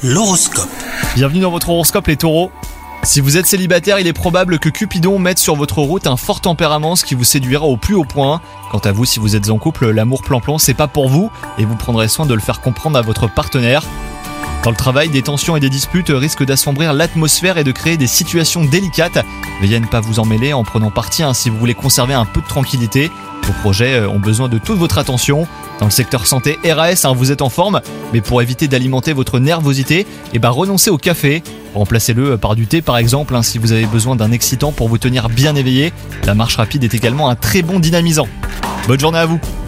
L'horoscope. Bienvenue dans votre horoscope les taureaux. Si vous êtes célibataire, il est probable que Cupidon mette sur votre route un fort tempérament, ce qui vous séduira au plus haut point. Quant à vous, si vous êtes en couple, l'amour plan-plan, c'est pas pour vous et vous prendrez soin de le faire comprendre à votre partenaire. Dans le travail, des tensions et des disputes risquent d'assombrir l'atmosphère et de créer des situations délicates. Veillez à ne pas vous en mêler en prenant parti si vous voulez conserver un peu de tranquillité. Vos projets ont besoin de toute votre attention. Dans le secteur santé RAS, vous êtes en forme, mais pour éviter d'alimenter votre nervosité, renoncez au café. Remplacez-le par du thé par exemple, si vous avez besoin d'un excitant pour vous tenir bien éveillé. La marche rapide est également un très bon dynamisant. Bonne journée à vous.